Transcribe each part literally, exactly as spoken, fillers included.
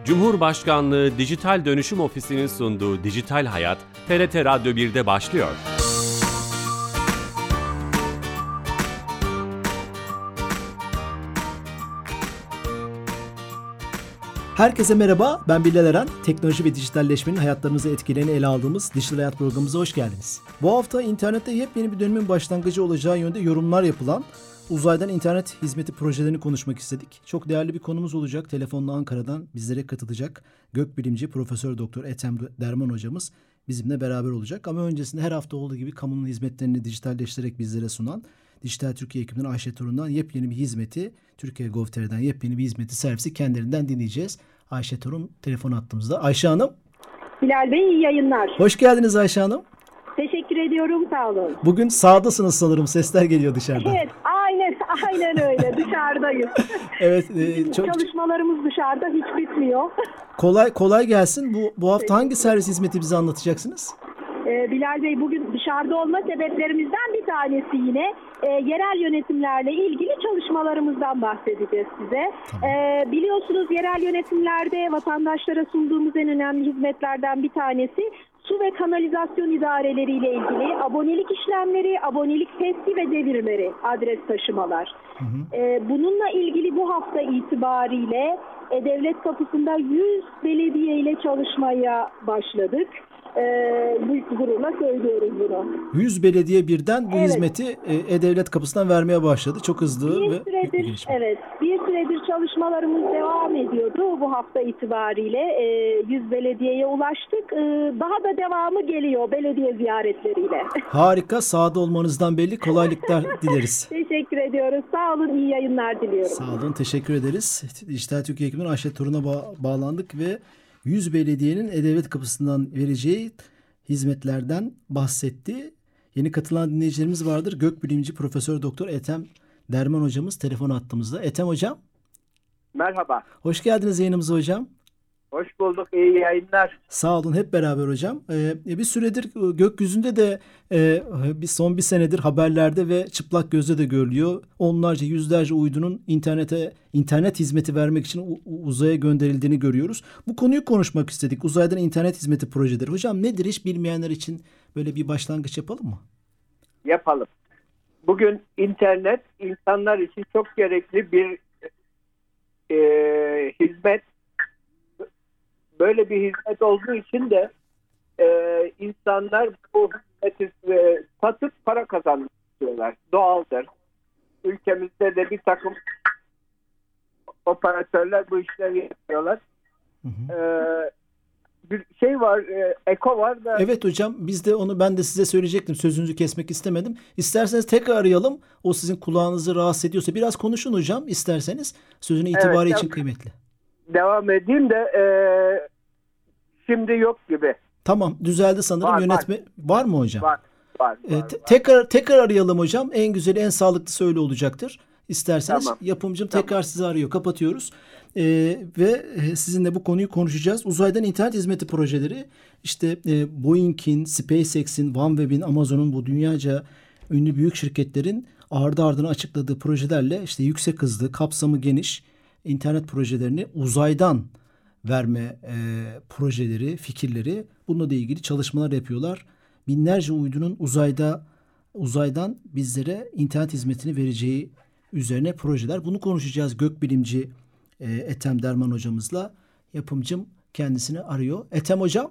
Cumhurbaşkanlığı Dijital Dönüşüm Ofisi'nin sunduğu Dijital Hayat, T R T Radyo bir'de başlıyor. Herkese merhaba, ben Bilal Eren. Teknoloji ve dijitalleşmenin hayatlarımızı etkilerini ele aldığımız Dijital Hayat programımıza hoş geldiniz. Bu hafta internette yepyeni bir dönemin başlangıcı olacağı yönde yorumlar yapılan uzaydan internet hizmeti projelerini konuşmak istedik. Çok değerli bir konumuz olacak. Telefonla Ankara'dan bizlere katılacak gökbilimci Profesör Doktor Ethem Derman hocamız bizimle beraber olacak. Ama öncesinde her hafta olduğu gibi kamunun hizmetlerini dijitalleştirerek bizlere sunan Dijital Türkiye ekibinden Ayşe Torun'dan yepyeni bir hizmeti, Türkiye Gov.tr'den yepyeni bir hizmeti servisi kendilerinden dinleyeceğiz. Ayşe Torun telefon attığımızda. Ayşe Hanım. Bilal Bey, iyi yayınlar. Hoş geldiniz Ayşe Hanım. Teşekkür ediyorum, sağ olun. Bugün sahadasınız sanırım, sesler geliyor dışarıdan. Evet, aynen aynen öyle, dışarıdayız. Evet, e, çok çalışmalarımız dışarıda, hiç bitmiyor. Kolay kolay gelsin. Bu bu hafta hangi servis hizmeti bize anlatacaksınız? Ee, Bilal Bey, bugün dışarıda olma sebeplerimizden bir tanesi yine e, yerel yönetimlerle ilgili çalışmalarımızdan bahsedeceğiz size. Tamam. E, biliyorsunuz yerel yönetimlerde vatandaşlara sunduğumuz en önemli hizmetlerden bir tanesi su ve kanalizasyon idareleriyle ilgili abonelik işlemleri, abonelik testi ve devirleri, adres taşımalar. Hı hı. E, bununla ilgili bu hafta itibariyle e-Devlet kapısında yüz belediye ile çalışmaya başladık. Ee, büyük gururla söylüyoruz bunu. yüz belediye birden bu evet. hizmeti e, E-Devlet kapısından vermeye başladı. Çok hızlı bir ve süredir, büyük bir gelişme. Evet, bir süredir çalışmalarımız devam ediyordu. Bu hafta itibariyle e, yüz belediyeye ulaştık. E, daha da devamı geliyor belediye ziyaretleriyle. Harika, sahada olmanızdan belli. Kolaylıklar dileriz. Teşekkür ediyoruz. Sağ olun, iyi yayınlar diliyorum. Sağ olun, teşekkür ederiz. Dijital Türkiye ekibinden Ayşe Torun'a ba- bağlandık ve yüz belediyenin E-Devlet kapısından vereceği hizmetlerden bahsetti. Yeni katılan dinleyicilerimiz vardır. Gökbilimci Profesör Doktor Ethem Derman hocamız telefon attığımızda. Ethem hocam. Merhaba. Hoş geldiniz yayınımıza hocam. Hoş bulduk. İyi yayınlar. Sağ olun, hep beraber hocam. Ee, bir süredir gökyüzünde de e, bir son bir senedir haberlerde ve çıplak gözle de görülüyor. Onlarca, yüzlerce uydunun internete internet hizmeti vermek için u- uzaya gönderildiğini görüyoruz. Bu konuyu konuşmak istedik. Uzaydan internet hizmeti projeleri. Hocam nedir, hiç bilmeyenler için böyle bir başlangıç yapalım mı? Yapalım. Bugün internet insanlar için çok gerekli bir e, hizmet. Böyle bir hizmet olduğu için de e, insanlar bu hizmeti e, satıp para kazanmak istiyorlar. Doğaldır. Ülkemizde de bir takım operatörler bu işleri yapıyorlar. Hı hı. E, bir şey var, e, Eko var da. Evet hocam, biz de onu ben de size söyleyecektim. Sözünüzü kesmek istemedim. İsterseniz tekrar arayalım. O sizin kulağınızı rahatsız ediyorsa biraz konuşun hocam isterseniz. Sözün itibarı Evet, için evet. kıymetli. Devam edeyim de e, şimdi yok gibi. Tamam, düzeldi sanırım. Var, Yönetme var. var mı hocam? Var. Var, Ee, var, te- var. tekrar tekrar arayalım hocam. En güzeli, en sağlıklısı öyle olacaktır. İsterseniz Tamam. yapımcım Tamam. tekrar sizi arıyor. Kapatıyoruz. Ee, ve sizinle bu konuyu konuşacağız. Uzaydan internet hizmeti projeleri, işte e, Boeing'in, SpaceX'in, OneWeb'in, Amazon'un, bu dünyaca ünlü büyük şirketlerin ardı ardına açıkladığı projelerle işte yüksek hızlı, kapsamı geniş internet projelerini uzaydan verme e, projeleri, fikirleri, bununla da ilgili çalışmalar yapıyorlar. Binlerce uydunun uzayda uzaydan bizlere internet hizmetini vereceği üzerine projeler. Bunu konuşacağız gökbilimci e, Ethem Derman hocamızla. Yapımcım kendisini arıyor. Ethem hocam.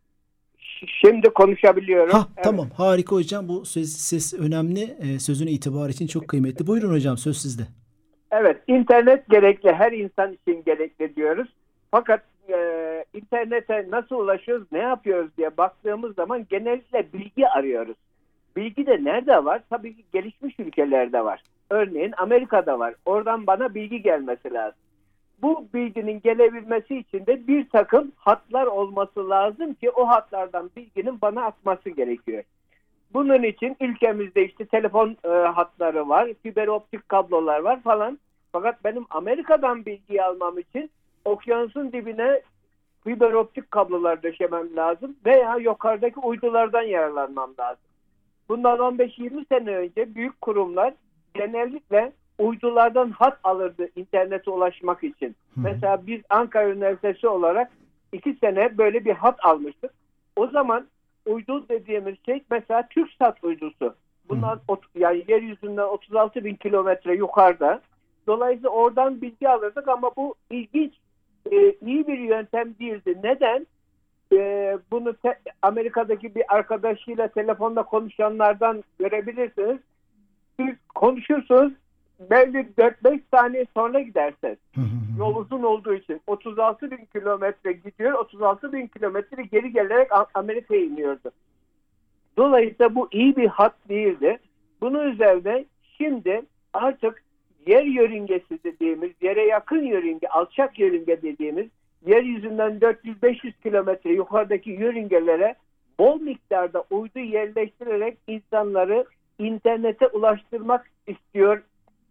Şimdi konuşabiliyorum. Ha, Evet. tamam, harika hocam. Bu ses, ses önemli. E, sözüne itibar için çok kıymetli. Buyurun hocam, söz sizde. Evet, internet gerekli, her insan için gerekli diyoruz. Fakat e, internete nasıl ulaşıyoruz, ne yapıyoruz diye baktığımız zaman genellikle bilgi arıyoruz. Bilgi de nerede var? Tabii ki gelişmiş ülkelerde var. Örneğin Amerika'da var. Oradan bana bilgi gelmesi lazım. Bu bilginin gelebilmesi için de bir takım hatlar olması lazım ki o hatlardan bilginin bana akması gerekiyor. Bunun için ülkemizde işte telefon e, hatları var, fiber optik kablolar var falan. Fakat benim Amerika'dan bilgi almam için okyanusun dibine fiber optik kablolar döşemem lazım veya yukarıdaki uydulardan yararlanmam lazım. Bundan on beş yirmi sene önce büyük kurumlar genellikle uydulardan hat alırdı internete ulaşmak için. Hı. Mesela biz Ankara Üniversitesi olarak iki sene böyle bir hat almıştık. O zaman uydu dediğimiz şey mesela TürkSat uydusu. Bunlar Hı. yani yeryüzünden otuz altı bin kilometre yukarıda. Dolayısıyla oradan bilgi alırdık ama bu ilginç, e, iyi bir yöntem değildi. Neden? E, bunu te- Amerika'daki bir arkadaşıyla telefonda konuşanlardan görebilirsiniz. Siz konuşursunuz, belli dört beş saniye sonra gidersiniz. Yol uzun olduğu için. otuz altı bin kilometre gidiyor, otuz altı bin kilometre geri gelerek Amerika'ya iniyordu. Dolayısıyla bu iyi bir hat değildi. Bunun üzerine şimdi artık yer yörüngesi dediğimiz, yere yakın yörünge, alçak yörünge dediğimiz, yeryüzünden dört yüz beş yüz kilometre yukarıdaki yörüngelere bol miktarda uydu yerleştirerek insanları internete ulaştırmak istiyor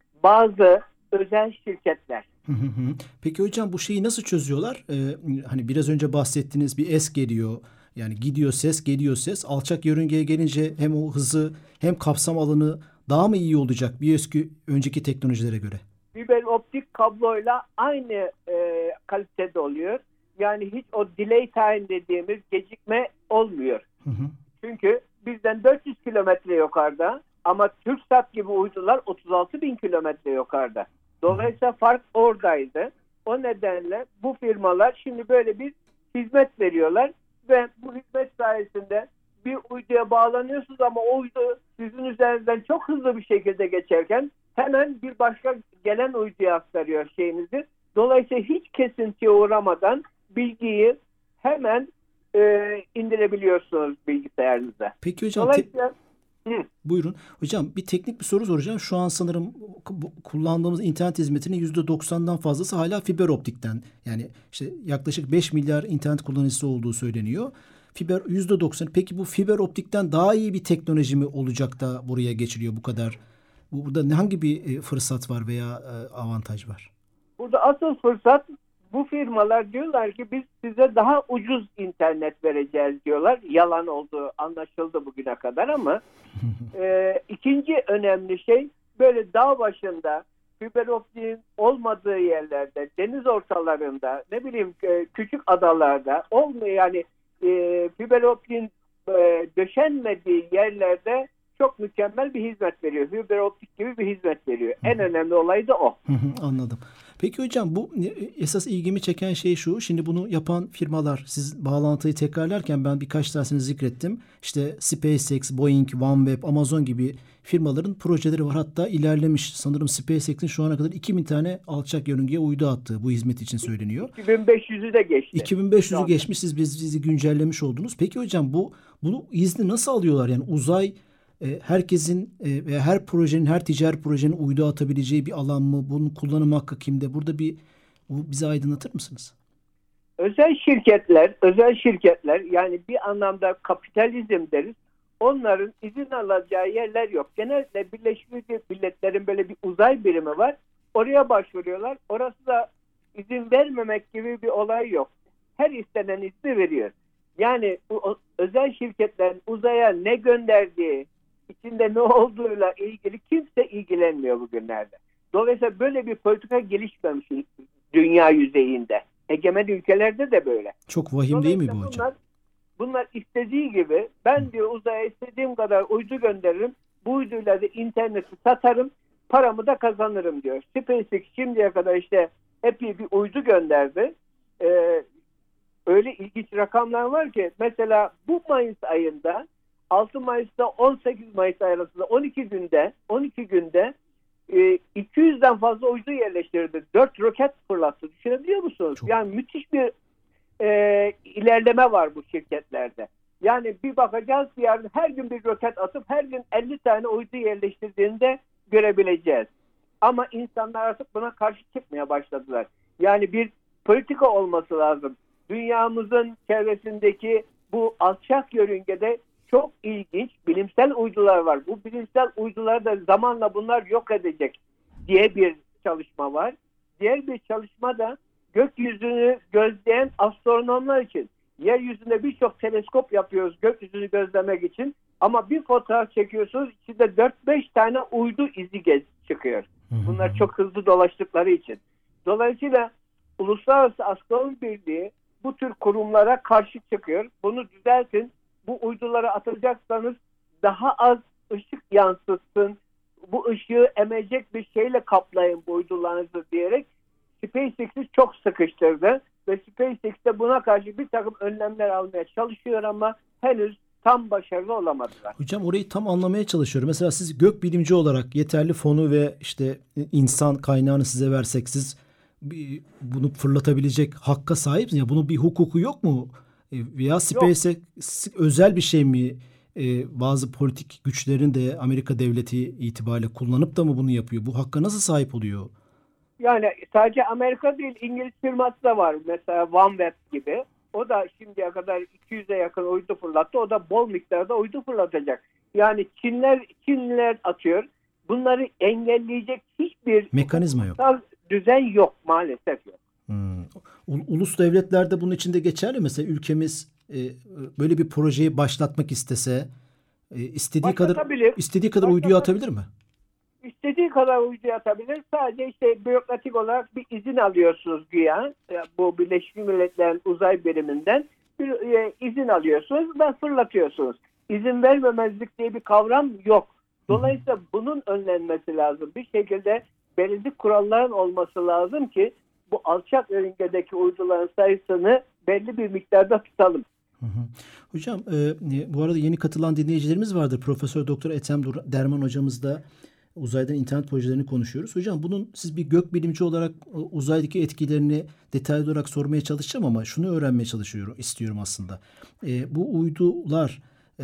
bazı özel şirketler. Peki hocam bu şeyi nasıl çözüyorlar? Ee, hani biraz önce bahsettiğiniz bir es geliyor. Yani gidiyor ses, geliyor ses. Alçak yörüngeye gelince hem o hızı hem kapsam alanı daha mı iyi olacak bir eski önceki teknolojilere göre? Fiber optik kabloyla aynı e, kalitede oluyor. Yani hiç o delay time dediğimiz gecikme olmuyor. Hı hı. Çünkü bizden dört yüz kilometre yukarıda ama TürkSat gibi uydular otuz altı bin kilometre yukarıda. Dolayısıyla fark oradaydı. O nedenle bu firmalar şimdi böyle bir hizmet veriyorlar ve bu hizmet sayesinde bir uyduya bağlanıyorsunuz ama o uydu sizin üzerinden çok hızlı bir şekilde geçerken hemen bir başka gelen uyduya aktarıyor şeyinizi. Dolayısıyla hiç kesintiye uğramadan bilgiyi hemen e, indirebiliyorsunuz bilgisayarınıza. Peki hocam. Dolayısıyla Hı. Buyurun. Hocam bir teknik bir soru soracağım. Şu an sanırım kullandığımız internet hizmetinin yüzde doksandan fazlası hala fiber optikten. Yani işte yaklaşık beş milyar internet kullanıcısı olduğu söyleniyor. Fiber yüzde doksan. Peki bu fiber optikten daha iyi bir teknoloji mi olacak da buraya geçiliyor bu kadar? Burada hangi bir fırsat var veya avantaj var? Burada asıl fırsat, bu firmalar diyorlar ki biz size daha ucuz internet vereceğiz diyorlar. Yalan olduğu anlaşıldı bugüne kadar ama e, ikinci önemli şey, böyle dağ başında, fiber optiğin olmadığı yerlerde, deniz ortalarında, ne bileyim e, küçük adalarda olmuyor yani e, fiber optiğin e, döşenmediği yerlerde çok mükemmel bir hizmet veriyor. Fiber optik gibi bir hizmet veriyor. En önemli olay da o. Anladım. Peki hocam bu esas ilgimi çeken şey şu. Şimdi bunu yapan firmalar, siz bağlantıyı tekrarlarken ben birkaç tanesini zikrettim. İşte SpaceX, Boeing, OneWeb, Amazon gibi firmaların projeleri var. Hatta ilerlemiş. Sanırım SpaceX'in şu ana kadar iki bin tane alçak yörüngeye uydu attığı bu hizmet için söyleniyor. iki bin beş yüzü de geçti. iki bin beş yüzü geçmiş. Siz bizi güncellemiş oldunuz. Peki hocam bu bunu izni nasıl alıyorlar? Yani uzay herkesin ve her projenin, her ticari projenin uydu atabileceği bir alan mı? Bunun kullanım hakkı kimde? Burada bir bize aydınlatır mısınız? Özel şirketler, özel şirketler yani bir anlamda kapitalizm deriz. Onların izin alacağı yerler yok. Genellikle Birleşmiş Milletler'in böyle bir uzay birimi var. Oraya başvuruyorlar. Orası da izin vermemek gibi bir olay yok. Her istenen izni veriyor. Yani bu özel şirketlerin uzaya ne gönderdiği, içinde ne olduğuyla ilgili kimse ilgilenmiyor bugünlerde. Dolayısıyla böyle bir politika gelişmemiş dünya yüzeyinde. Egemen ülkelerde de böyle. Çok vahim değil mi bu hocam? Bunlar, bunlar istediği gibi ben diyor uzaya istediğim kadar uydu gönderirim. Bu uyduyla da interneti satarım. Paramı da kazanırım diyor. SpaceX şimdiye kadar işte epey bir uydu gönderdi. Ee, öyle ilginç rakamlar var ki mesela bu Mayıs ayında altı Mayıs'ta on sekiz Mayıs arasında on iki günde on iki günde e, iki yüzden fazla uydu yerleştirdi. dört roket fırlattı. Düşünebiliyor musunuz? Çok. Yani müthiş bir e, ilerleme var bu şirketlerde. Yani bir bakacağız ki yarın her gün bir roket atıp her gün elli tane uydu yerleştirdiğini de görebileceğiz. Ama insanlar artık buna karşı çıkmaya başladılar. Yani bir politika olması lazım. Dünyamızın çevresindeki bu alçak yörüngede çok ilginç bilimsel uydular var. Bu bilimsel uyduları da zamanla bunlar yok edecek diye bir çalışma var. Diğer bir çalışma da gökyüzünü gözleyen astronomlar için. Yeryüzünde birçok teleskop yapıyoruz gökyüzünü gözlemek için. Ama bir fotoğraf çekiyorsunuz, içinde dört beş tane uydu izi çıkıyor. Bunlar çok hızlı dolaştıkları için. Dolayısıyla Uluslararası Astronomi Birliği bu tür kurumlara karşı çıkıyor. Bunu düzeltin. Bu uydulara atılacaksanız daha az ışık yansıtsın. Bu ışığı emecek bir şeyle kaplayın bu uydularınızı diyerek SpaceX'i çok sıkıştırdı. Ve SpaceX de buna karşı bir takım önlemler almaya çalışıyor ama henüz tam başarılı olamadılar. Hocam orayı tam anlamaya çalışıyorum. Mesela siz gökbilimci olarak yeterli fonu ve işte insan kaynağını size versek siz bunu fırlatabilecek hakka sahipsiniz. Ya bunun bir hukuku yok mu? Veya SpaceX özel bir şey mi? Ee, bazı politik güçlerin de Amerika devleti itibariyle kullanıp da mı bunu yapıyor? Bu hakka nasıl sahip oluyor? Yani sadece Amerika değil, İngiliz firması da var. Mesela OneWeb gibi. O da şimdiye kadar iki yüze yakın uydu fırlattı. O da bol miktarda uydu fırlatacak. Yani Çinler Çinliler atıyor. Bunları engelleyecek hiçbir mekanizma yok. Düzen yok, maalesef yok. Hmm. Ulus devletler de bunun içinde geçerli. Mesela ülkemiz e, böyle bir projeyi başlatmak istese e, istediği kadar istediği kadar uyduyu atabilir mi? İstediği kadar uyduyu atabilir. Sadece işte bürokratik olarak bir izin alıyorsunuz güya. Bu Birleşmiş Milletler'in uzay biriminden bir e, izin alıyorsunuz ve fırlatıyorsunuz. İzin vermemezlik diye bir kavram yok. Dolayısıyla bunun önlenmesi lazım. Bir şekilde belirli kuralların olması lazım ki bu alçak yörüngedeki uyduların sayısını belli bir miktarda tutalım. Hı hı. Hocam e, bu arada yeni katılan dinleyicilerimiz vardır. Profesör Doktor Ethem Derman hocamız da uzaydan internet projelerini konuşuyoruz. Hocam bunun siz bir gökbilimci olarak uzaydaki etkilerini detaylı olarak sormaya çalışacağım ama şunu öğrenmeye çalışıyorum, istiyorum aslında. E, bu uydular e,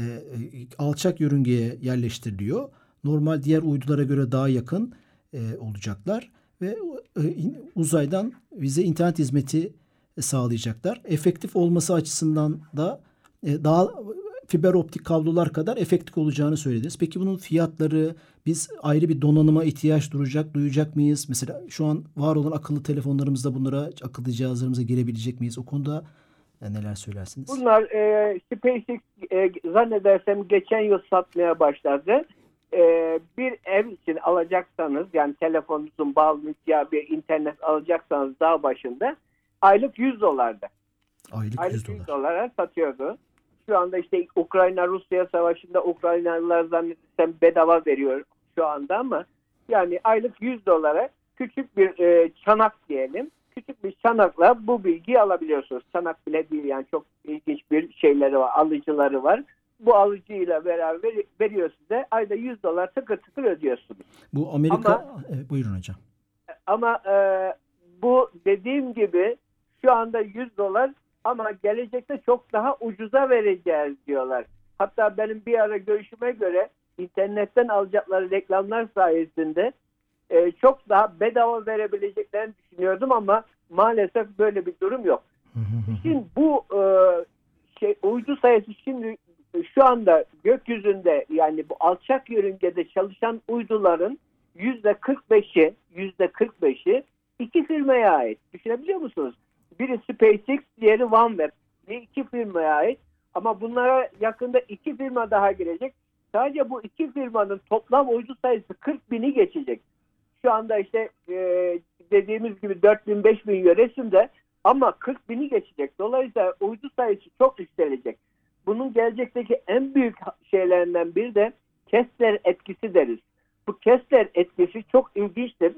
alçak yörüngeye yerleştiriliyor. Normal diğer uydulara göre daha yakın e, olacaklar ve e, uzaydan bize internet hizmeti sağlayacaklar. Efektif olması açısından da e, daha fiber optik kablolar kadar efektif olacağını söylediniz. Peki bunun fiyatları, biz ayrı bir donanıma ihtiyaç duyacak, duyacak mıyız? Mesela şu an var olan akıllı telefonlarımızda bunlara, akıllı cihazlarımıza girebilecek miyiz? O konuda e, neler söylersiniz? Bunlar e, SpaceX e, zannedersem geçen yıl satmaya başladı. E, bir ev için alacaksanız, yani telefonunuzun bağlanacağı bir internet alacaksanız dağ başında aylık yüz dolarda. Aylık, aylık yüz dolar. yüz dolara satıyordu. Şu anda işte Ukrayna-Rusya savaşında Ukraynalılar zannedersem bedava veriyor şu anda ama yani aylık yüz dolara küçük bir e, çanak diyelim. Küçük bir çanakla bu bilgiyi alabiliyorsunuz. Çanak bile değil, yani çok ilginç bir şeyleri var, alıcıları var. Bu alıcıyla beraber veriyor size. Ayda yüz dolar tıkır tıkır ödüyorsunuz. Bu Amerika... Ama, e, buyurun hocam. Ama e, bu dediğim gibi şu anda yüz dolar ama gelecekte çok daha ucuza vereceğiz diyorlar. Hatta benim bir ara görüşüme göre internetten alacakları reklamlar sayesinde e, çok daha bedava verebileceklerini düşünüyordum ama maalesef böyle bir durum yok. Şimdi bu e, şey uydu sayısı şimdi şu anda gökyüzünde, yani bu alçak yörüngede çalışan uyduların yüzde kırk beşi yüzde kırk beşi iki firmaya ait. Düşünebiliyor musunuz? Biri SpaceX, diğeri OneWeb. İki firmaya ait. Ama bunlara yakında iki firma daha girecek. Sadece bu iki firmanın toplam uydu sayısı kırk bini geçecek. Şu anda işte e, dediğimiz gibi dört bin beş bin yöresinde ama kırk bini geçecek. Dolayısıyla uydu sayısı çok yükselecek. Bunun gelecekteki en büyük şeylerinden biri de Kessler etkisi deriz. Bu Kessler etkisi çok ilginçtir.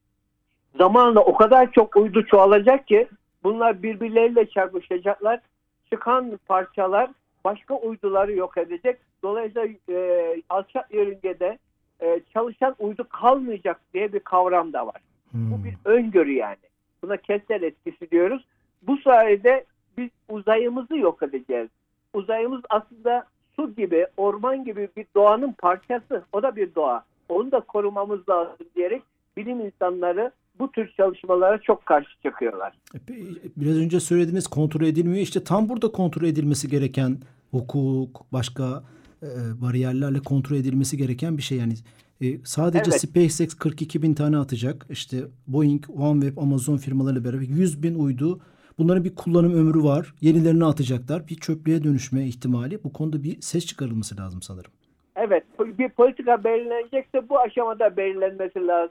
Zamanla o kadar çok uydu çoğalacak ki bunlar birbirleriyle çarpışacaklar. Çıkan parçalar başka uyduları yok edecek. Dolayısıyla e, alçak yörüngede e, çalışan uydu kalmayacak diye bir kavram da var. Hmm. Bu bir öngörü yani. Buna Kessler etkisi diyoruz. Bu sayede biz uzayımızı yok edeceğiz. Uzayımız aslında su gibi, orman gibi bir doğanın parçası. O da bir doğa. Onu da korumamız lazım diyerek bilim insanları bu tür çalışmalara çok karşı çıkıyorlar. Biraz önce söylediğiniz kontrol edilmiyor. İşte tam burada kontrol edilmesi gereken hukuk, başka e, bariyerlerle kontrol edilmesi gereken bir şey. Yani e, sadece evet. SpaceX kırk iki bin tane atacak. İşte Boeing, OneWeb, Amazon firmalarıyla beraber yüz bin uydu. Bunların bir kullanım ömrü var. Yenilerini atacaklar. Bir çöplüğe dönüşme ihtimali. Bu konuda bir ses çıkarılması lazım sanırım. Evet. Bir politika belirlenecekse bu aşamada belirlenmesi lazım.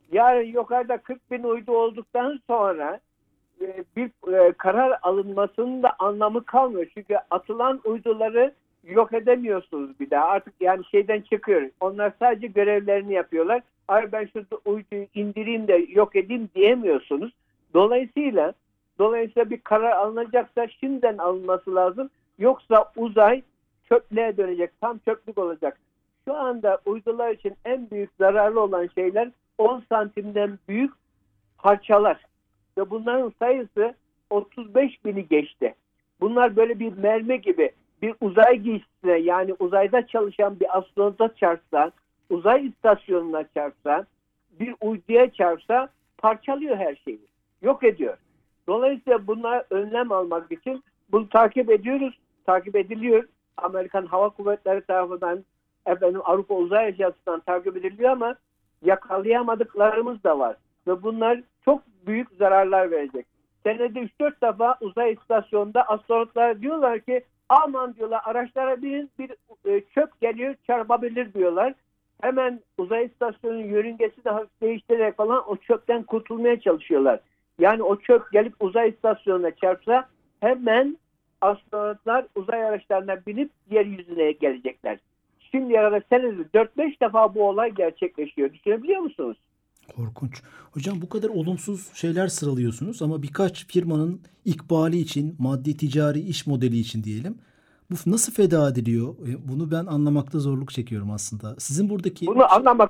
Yarın yukarıda kırk bin uydu olduktan sonra e, bir e, karar alınmasının da anlamı kalmıyor. Çünkü atılan uyduları yok edemiyorsunuz bir daha. Artık yani şeyden çıkıyor. Onlar sadece görevlerini yapıyorlar. Ay ben şurada uyduyu indireyim de yok edeyim diyemiyorsunuz. Dolayısıyla dolayısıyla bir karar alınacaksa şimdiden alınması lazım. Yoksa uzay çöplüğe dönecek. Tam çöplük olacak. Şu anda uydular için en büyük zararlı olan şeyler on santimden büyük parçalar. Ve bunların sayısı otuz beş bini geçti. Bunlar böyle bir mermi gibi bir uzay giysisine, yani uzayda çalışan bir astronota çarpsa, uzay istasyonuna çarpsa, bir uyduya çarpsa parçalıyor her şeyi. Yok ediyor. Dolayısıyla bunlara önlem almak için bunu takip ediyoruz. Takip ediliyor. Amerikan Hava Kuvvetleri tarafından, efendim Avrupa Uzay Ajansı'ndan takip ediliyor ama yakalayamadıklarımız da var. Ve bunlar çok büyük zararlar verecek. Senede üç dört defa uzay istasyonunda astronotlar diyorlar ki aman diyorlar araçlara binin, bir e, çöp geliyor çarpabilir diyorlar. Hemen uzay istasyonunun yörüngesini hafif değiştirerek falan o çöpten kurtulmaya çalışıyorlar. Yani o çöp gelip uzay istasyonuna çarpsa hemen astronotlar uzay araçlarına binip yeryüzüne gelecekler. Şimdiye kadar senede dört beş defa bu olay gerçekleşiyor. Düşünebiliyor musunuz? Korkunç. Hocam bu kadar olumsuz şeyler sıralıyorsunuz ama birkaç firmanın ikbali için, maddi ticari iş modeli için diyelim. Bu nasıl feda ediliyor? Bunu ben anlamakta zorluk çekiyorum aslında. Sizin buradaki... Bunu anlamak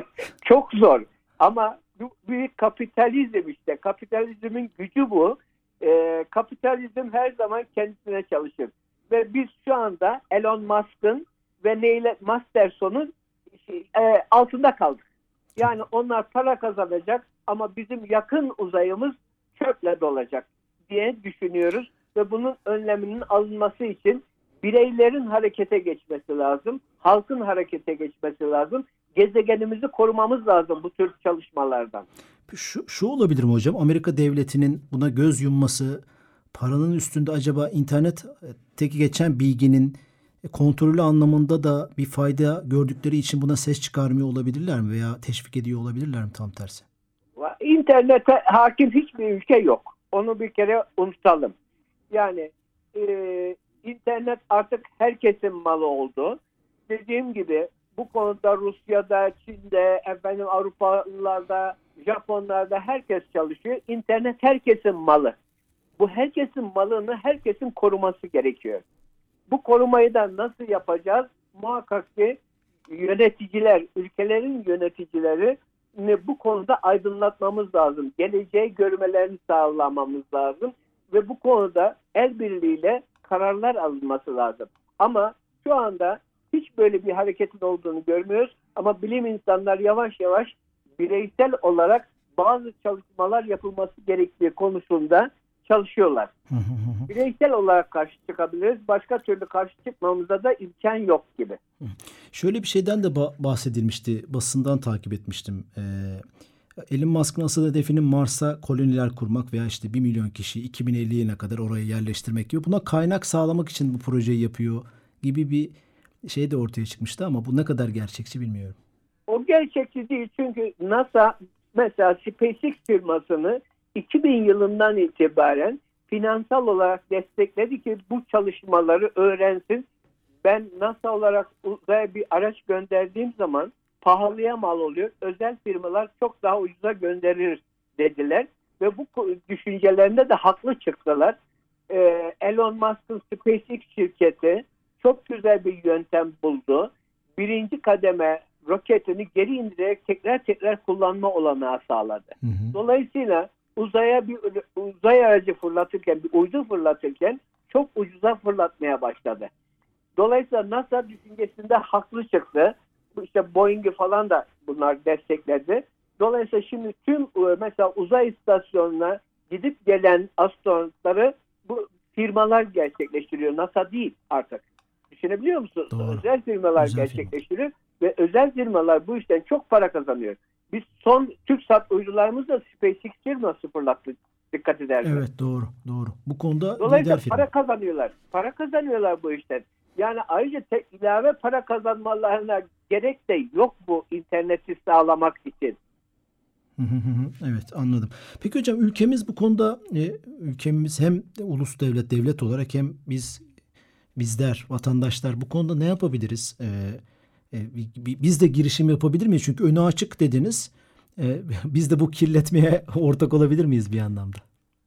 çok zor. Ama bu büyük kapitalizm işte. Kapitalizmin gücü bu. Ee, kapitalizm her zaman kendisine çalışır. Ve biz şu anda Elon Musk'ın ve Neil Masterson'un e, altında kaldık. Yani onlar para kazanacak ama bizim yakın uzayımız çöple dolacak diye düşünüyoruz. Ve bunun önleminin alınması için bireylerin harekete geçmesi lazım. Halkın harekete geçmesi lazım. Gezegenimizi korumamız lazım bu tür çalışmalardan. Şu, şu olabilir mi hocam? Amerika devletinin buna göz yumması, paranın üstünde acaba internetteki geçen bilginin kontrolü anlamında da bir fayda gördükleri için buna ses çıkarmıyor olabilirler mi? Veya teşvik ediyor olabilirler mi tam tersi? İnternete hakim hiçbir ülke yok. Onu bir kere unutalım. Yani e, internet artık herkesin malı oldu. Dediğim gibi bu konuda Rusya'da, Çin'de, efendim Avrupalılarda, Japonlarda herkes çalışıyor. İnternet herkesin malı. Bu herkesin malını herkesin koruması gerekiyor. Bu korumayı da nasıl yapacağız? Muhakkak ki yöneticiler, ülkelerin yöneticileri bu konuda aydınlatmamız lazım. Geleceği görmelerini sağlamamız lazım. Ve bu konuda el birliğiyle kararlar alınması lazım. Ama şu anda hiç böyle bir hareketin olduğunu görmüyoruz. Ama bilim insanlar yavaş yavaş bireysel olarak bazı çalışmalar yapılması gerektiği konusunda çalışıyorlar. Bireysel olarak karşı çıkabiliriz. Başka türlü karşı çıkmamıza da imkan yok gibi. Şöyle bir şeyden de bahsedilmişti. Basından takip etmiştim. Ee, Elon Musk'ın asıl hedefinin Mars'a koloniler kurmak veya işte bir milyon kişi iki bin elli yılına kadar oraya yerleştirmek gibi. Buna kaynak sağlamak için bu projeyi yapıyor gibi bir şey de ortaya çıkmıştı ama bu ne kadar gerçekçi bilmiyorum. O gerçekçi değil çünkü NASA mesela SpaceX firmasını iki bin yılından itibaren finansal olarak destekledi ki bu çalışmaları öğrensin. Ben NASA olarak uzaya bir araç gönderdiğim zaman pahalıya mal oluyor. Özel firmalar çok daha ucuza gönderir dediler. Ve bu düşüncelerinde de haklı çıktılar. Ee, Elon Musk'ın SpaceX şirketi çok güzel bir yöntem buldu. Birinci kademe roketini geri indirerek tekrar tekrar kullanma olanağı sağladı. Hı hı. Dolayısıyla uzaya bir uzay aracı fırlatırken, bir uydu fırlatırken çok ucuza fırlatmaya başladı. Dolayısıyla NASA düşüncesinde haklı çıktı. İşte Boeing'i falan da bunlar destekledi. Dolayısıyla şimdi tüm mesela uzay istasyonuna gidip gelen astronotları bu firmalar gerçekleştiriyor. NASA değil artık. Düşünebiliyor musun? Doğru. Özel firmalar özel gerçekleştiriyor firma. Ve özel firmalar bu işten çok para kazanıyor. Biz son TürkSat uydularımızla SpaceX firması fırlattı. Dikkat ederseniz. Evet doğru doğru. Bu konuda dolayısıyla para kazanıyorlar. Para kazanıyorlar bu işten. Yani ayrıca tek ilave para kazanmalarına gerek de yok bu interneti sağlamak için. Evet, anladım. Peki hocam, ülkemiz bu konuda e, ülkemiz hem ulus devlet devlet olarak hem biz bizler vatandaşlar bu konuda ne yapabiliriz? E, e, bi- biz de girişim yapabilir miyiz? Çünkü önü açık dediniz. E, biz de bu kirletmeye ortak olabilir miyiz bir anlamda?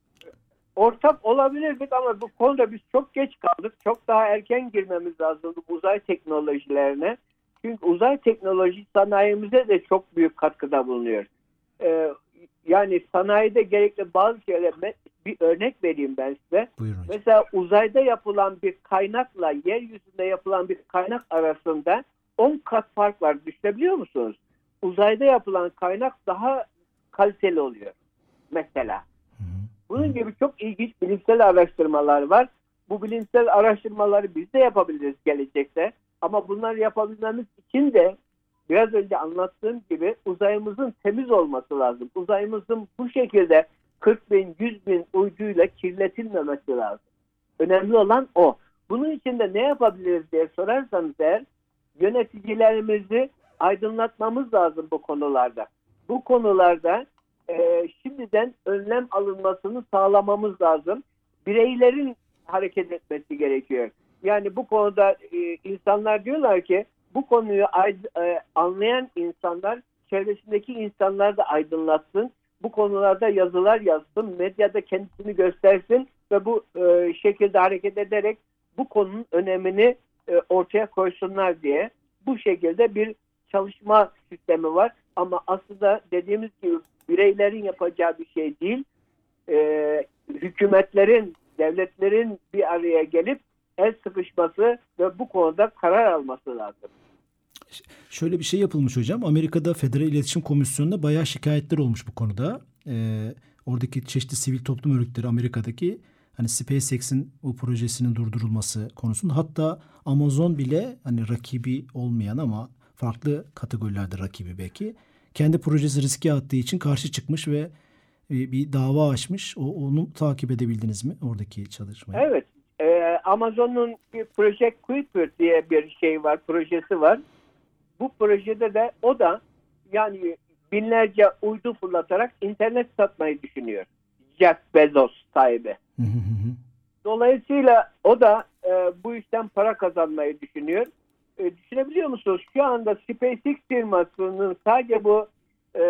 Ortak olabilirdik ama bu konuda biz çok geç kaldık. Çok daha erken girmemiz lazım uzay teknolojilerine. Çünkü uzay teknoloji sanayimize de çok büyük katkıda bulunuyor. Ee, yani sanayide gerekli bazı şeyler, bir örnek vereyim ben size. Buyurun hocam. Mesela uzayda yapılan bir kaynakla yeryüzünde yapılan bir kaynak arasında on kat fark var. Düşünebiliyor musunuz? Uzayda yapılan kaynak daha kaliteli oluyor mesela. Bunun gibi çok ilginç bilimsel araştırmalar var. Bu bilimsel araştırmaları biz de yapabiliriz gelecekte. Ama bunları yapabilmemiz için de biraz önce anlattığım gibi uzayımızın temiz olması lazım. Uzayımızın bu şekilde kırk bin, yüz bin uyduyla kirletilmemesi lazım. Önemli olan o. Bunun için de ne yapabiliriz diye sorarsanız eğer, yöneticilerimizi aydınlatmamız lazım bu konularda. Bu konularda e, şimdiden önlem alınmasını sağlamamız lazım. Bireylerin hareket etmesi gerekiyor. Yani bu konuda e, insanlar diyorlar ki bu konuyu e, anlayan insanlar çevresindeki insanlar da aydınlatsın. Bu konularda yazılar yazsın, medyada kendisini göstersin ve bu e, şekilde hareket ederek bu konunun önemini e, ortaya koysunlar diye bu şekilde bir çalışma sistemi var. Ama aslında dediğimiz gibi bireylerin yapacağı bir şey değil. E, hükümetlerin, devletlerin bir araya gelip el sıkışması ve bu konuda karar alması lazım. Şöyle bir şey yapılmış hocam. Amerika'da Federal İletişim Komisyonu'nda bayağı şikayetler olmuş bu konuda. Ee, oradaki çeşitli sivil toplum örgütleri Amerika'daki hani SpaceX'in o projesinin durdurulması konusunda, hatta Amazon bile hani rakibi olmayan ama farklı kategorilerde rakibi belki kendi projesi riske attığı için karşı çıkmış ve bir dava açmış. O, onu takip edebildiniz mi oradaki çalışmayı? Evet. Ee, Amazon'un bir Project Kuiper diye bir şey var, projesi var. Bu projede de o da yani binlerce uydu fırlatarak internet satmayı düşünüyor. Jeff Bezos sahibi. Dolayısıyla o da e, bu işten para kazanmayı düşünüyor. E, düşünebiliyor musunuz? Şu anda SpaceX firmasının sadece bu e,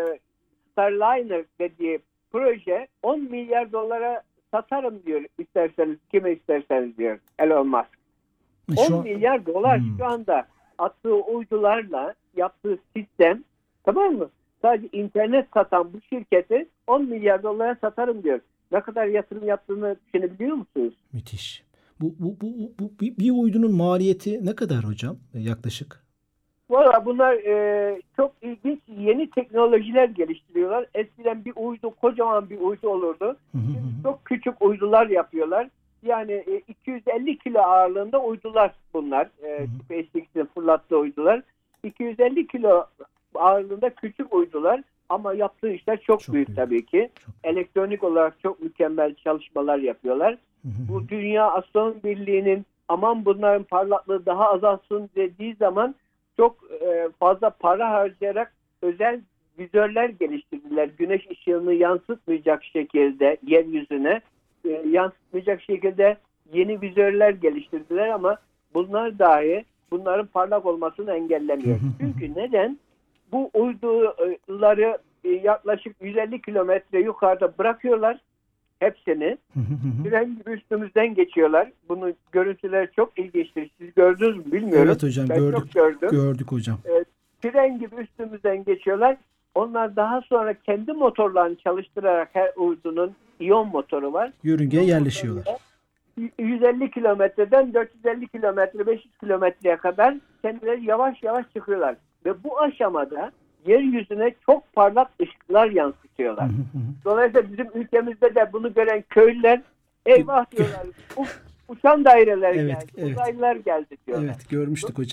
Starliner dediği proje on milyar dolara satarım diyor, isterseniz kime isterseniz diyor Elon Musk. on an... milyar dolar hmm. şu anda attığı uydularla yaptığı sistem, tamam mı? Sadece internet satan bu şirketi on milyar dolara satarım diyor. Ne kadar yatırım yaptığını düşünebiliyor musunuz? Müthiş. Bu, bu, bu, bu bir, bir uydunun maliyeti ne kadar hocam yaklaşık? Valla bunlar e, çok ilginç yeni teknolojiler geliştiriyorlar. Eskiden bir uydu, kocaman bir uydu olurdu. Şimdi çok küçük uydular yapıyorlar. Yani e, iki yüz elli kilo ağırlığında uydular bunlar. E, SpaceX'in fırlattığı uydular. iki yüz elli kilo ağırlığında küçük uydular ama yaptığı işler çok, çok büyük, büyük tabii ki. Çok. Elektronik olarak çok mükemmel çalışmalar yapıyorlar. Bu Dünya Astronomi Birliği'nin aman bunların parlaklığı daha azalsın dediği zaman çok e, fazla para harcayarak özel vizörler geliştirdiler. Güneş ışığını yansıtmayacak şekilde yeryüzüne e, yansıtmayacak şekilde yeni vizörler geliştirdiler ama bunlar dahi bunların parlak olmasını engellemiyor. Çünkü neden? Bu uyduları e, yaklaşık yüz elli kilometre yukarıda bırakıyorlar hepsini. Tren gibi üstümüzden geçiyorlar. Bunun görüntüleri çok ilginçtir. Siz gördünüz mü bilmiyorum. Evet hocam, ben gördük. Çok gördüm. Gördük hocam. E, tren gibi üstümüzden geçiyorlar. Onlar daha sonra kendi motorlarını çalıştırarak, her uydunun iyon motoru var. Yörüngeye yerleşiyorlar. yüz elli kilometreden dört yüz elli kilometre, beş yüz kilometreye kadar kendileri yavaş yavaş çıkıyorlar. Ve bu aşamada yeryüzüne çok parlak ışıklar yansıtıyorlar. Dolayısıyla bizim ülkemizde de bunu gören köylüler eyvah diyorlar. Uçan daireler evet, geldi. Evet. Uzaylılar geldi diyorlar. Evet, görmüştük hocam.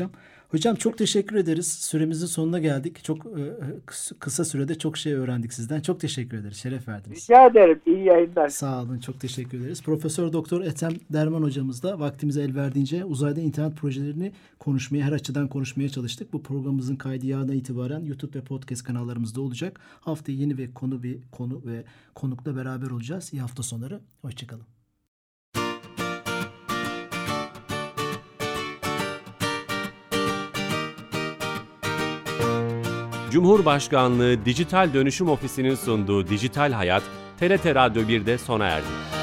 Hocam çok teşekkür ederiz. Süremizin sonuna geldik. Çok e, kısa sürede çok şey öğrendik sizden. Çok teşekkür ederiz. Şeref verdiniz. Rica ederim. İyi yayınlar. Sağ olun. Çok teşekkür ederiz. Profesör Doktor Ethem Derman hocamız da vaktimize el verdiğince uzayda internet projelerini konuşmaya, her açıdan konuşmaya çalıştık. Bu programımızın kaydı yarından itibaren YouTube ve podcast kanallarımızda olacak. Haftaya yeni bir konu bir konu ve konukla beraber olacağız. İyi hafta sonları. Hoşçakalın. Cumhurbaşkanlığı Dijital Dönüşüm Ofisi'nin sunduğu Dijital Hayat, T R T Radyo birde sona erdi.